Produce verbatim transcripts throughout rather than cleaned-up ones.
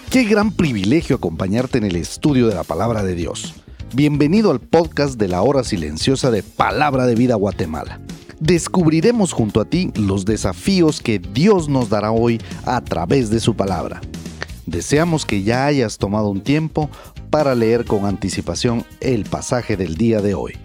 Qué gran privilegio acompañarte en el estudio de la Palabra de Dios. Bienvenido al podcast de la Hora Silenciosa de Palabra de Vida Guatemala. Descubriremos junto a ti los desafíos que Dios nos dará hoy a través de su palabra. Deseamos que ya hayas tomado un tiempo para leer con anticipación el pasaje del día de hoy.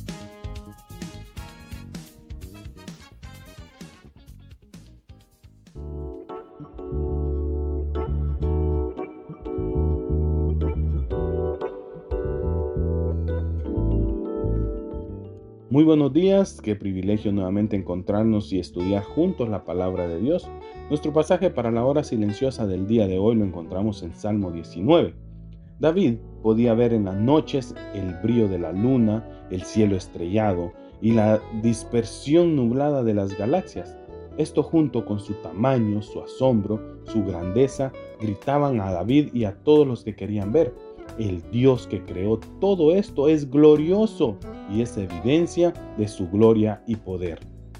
Muy buenos días, qué privilegio nuevamente encontrarnos y estudiar juntos la palabra de Dios. Nuestro pasaje para la hora silenciosa del día de hoy lo encontramos en Salmo diecinueve. David podía ver en las noches el brillo de la luna, el cielo estrellado y la dispersión nublada de las galaxias. Esto junto con su tamaño, su asombro, su grandeza, gritaban a David y a todos los que querían ver. El Dios que creó todo esto es glorioso y es evidencia de su gloria y poder.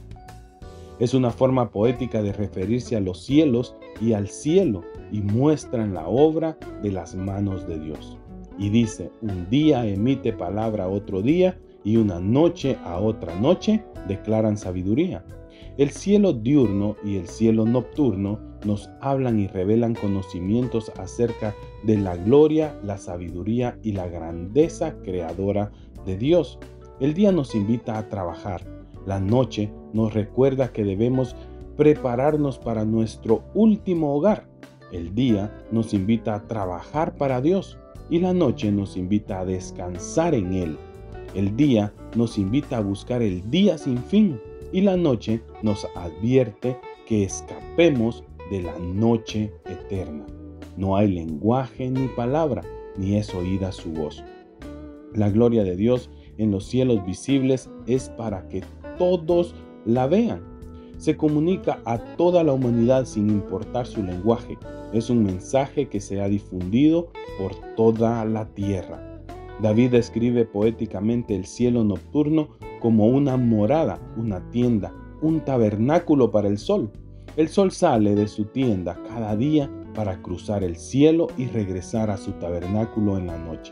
Es una forma poética de referirse a los cielos y al cielo y muestran la obra de las manos de Dios. Y dice, un día emite palabra a otro día y una noche a otra noche declaran sabiduría. El cielo diurno y el cielo nocturno nos hablan y revelan conocimientos acerca de la gloria, la sabiduría y la grandeza creadora de Dios. El día nos invita a trabajar. La noche nos recuerda que debemos prepararnos para nuestro último hogar. El día nos invita a trabajar para Dios y la noche nos invita a descansar en Él. El día nos invita a buscar el día sin fin y la noche nos advierte que escapemos de la noche eterna. No hay lenguaje ni palabra, ni es oída su voz. La gloria de Dios en los cielos visibles es para que todos la vean. Se comunica a toda la humanidad sin importar su lenguaje. Es un mensaje que se ha difundido por toda la tierra. David describe poéticamente el cielo nocturno como una morada, una tienda, un tabernáculo para el sol. El sol sale de su tienda cada día para cruzar el cielo y regresar a su tabernáculo en la noche.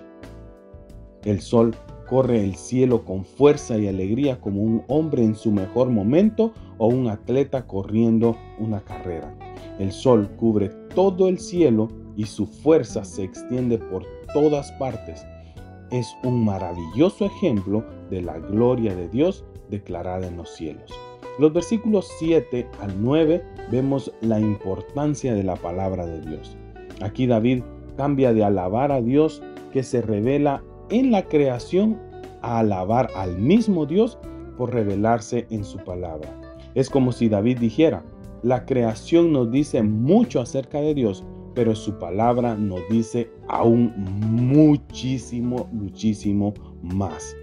El sol corre el cielo con fuerza y alegría como un hombre en su mejor momento o un atleta corriendo una carrera. El sol cubre todo el cielo y su fuerza se extiende por todas partes. Es un maravilloso ejemplo de la gloria de Dios declarada en los cielos. Los versículos siete al nueve vemos la importancia de la palabra de Dios. Aquí David cambia de alabar a Dios que se revela en la creación a alabar al mismo Dios por revelarse en su palabra. Es como si David dijera, la creación nos dice mucho acerca de Dios, pero su palabra nos dice aún muchísimo, muchísimo más.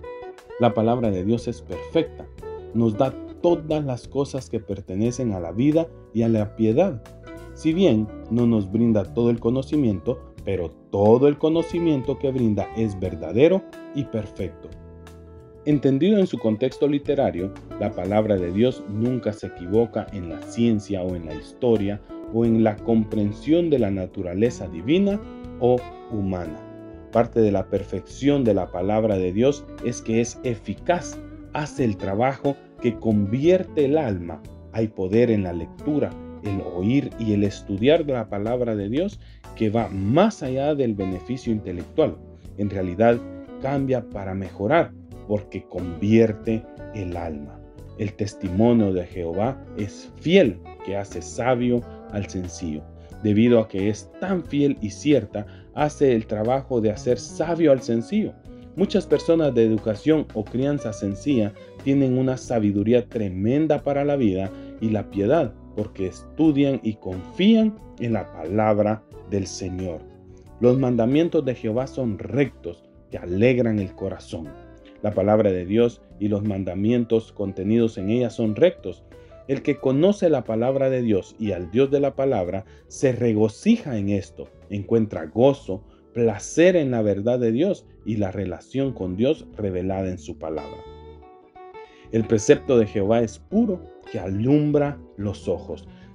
La palabra de Dios es perfecta, nos da todas las cosas que pertenecen a la vida y a la piedad. Si bien no nos brinda todo el conocimiento, pero todo el conocimiento que brinda es verdadero y perfecto. Entendido en su contexto literario, la palabra de Dios nunca se equivoca en la ciencia o en la historia o en la comprensión de la naturaleza divina o humana. Parte de la perfección de la palabra de Dios es que es eficaz, hace el trabajo que convierte el alma. Hay poder en la lectura, el oír y el estudiar de la palabra de Dios que va más allá del beneficio intelectual. En realidad cambia para mejorar porque convierte el alma. El testimonio de Jehová es fiel, que hace sabio al sencillo. Debido a que es tan fiel y cierta, hace el trabajo de hacer sabio al sencillo. Muchas personas de educación o crianza sencilla tienen una sabiduría tremenda para la vida y la piedad, porque estudian y confían en la palabra del Señor. Los mandamientos de Jehová son rectos, que alegran el corazón. La palabra de Dios y los mandamientos contenidos en ella son rectos. El que conoce la palabra de Dios y al Dios de la palabra se regocija en esto, encuentra gozo, placer en la verdad de Dios y la relación con Dios revelada en su palabra. El precepto de Jehová es puro, que alumbra los ojos.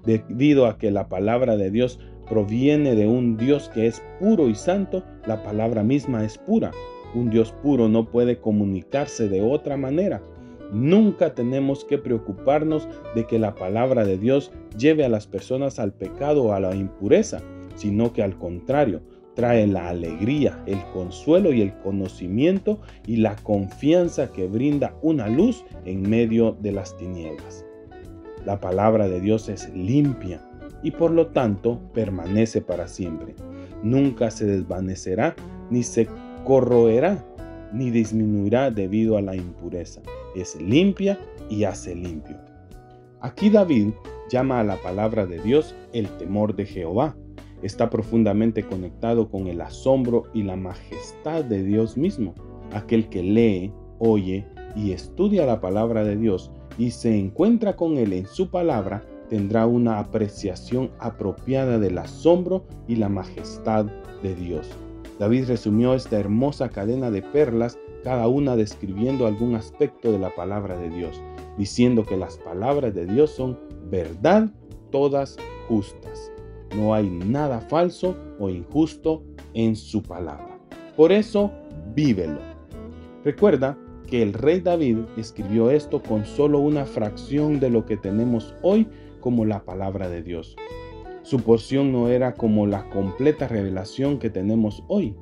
Debido a que la palabra de Dios proviene de un Dios que es puro y santo, la palabra misma es pura. Un Dios puro no puede comunicarse de otra manera. Nunca tenemos que preocuparnos de que la palabra de Dios lleve a las personas al pecado o a la impureza, sino que al contrario, trae la alegría, el consuelo y el conocimiento y la confianza que brinda una luz en medio de las tinieblas. La palabra de Dios es limpia y por lo tanto permanece para siempre. Nunca se desvanecerá, ni se corroerá, ni disminuirá debido a la impureza. Es limpia y hace limpio. Aquí David llama a la palabra de Dios el temor de Jehová. Está profundamente conectado con el asombro y la majestad de Dios mismo. Aquel que lee, oye y estudia la palabra de Dios y se encuentra con Él en su palabra, tendrá una apreciación apropiada del asombro y la majestad de Dios. David resumió esta hermosa cadena de perlas, cada una describiendo algún aspecto de la palabra de Dios, diciendo que las palabras de Dios son verdad, todas justas. No hay nada falso o injusto en su palabra. Por eso, vívelo. Recuerda que el rey David escribió esto con solo una fracción de lo que tenemos hoy como la palabra de Dios. Su porción no era como la completa revelación que tenemos hoy.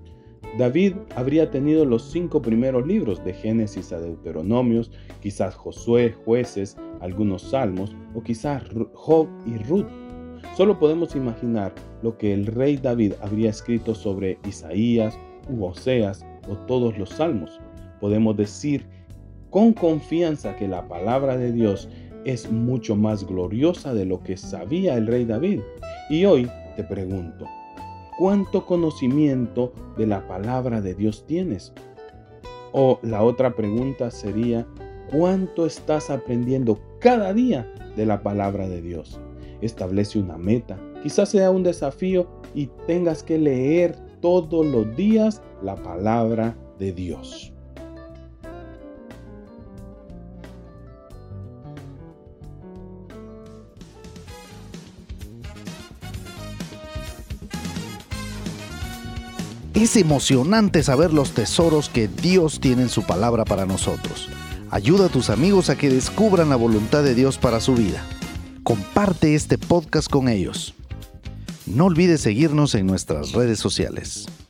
David habría tenido los cinco primeros libros, de Génesis a Deuteronomios, quizás Josué, Jueces, algunos Salmos o quizás Job y Ruth. Solo podemos imaginar lo que el rey David habría escrito sobre Isaías u Oseas o todos los Salmos. Podemos decir con confianza que la palabra de Dios es mucho más gloriosa de lo que sabía el rey David. Y hoy te pregunto, ¿cuánto conocimiento de la palabra de Dios tienes? O la otra pregunta sería, ¿cuánto estás aprendiendo cada día de la palabra de Dios? Establece una meta, quizás sea un desafío y tengas que leer todos los días la palabra de Dios. Es emocionante saber los tesoros que Dios tiene en su palabra para nosotros. Ayuda a tus amigos a que descubran la voluntad de Dios para su vida. Comparte este podcast con ellos. No olvides seguirnos en nuestras redes sociales.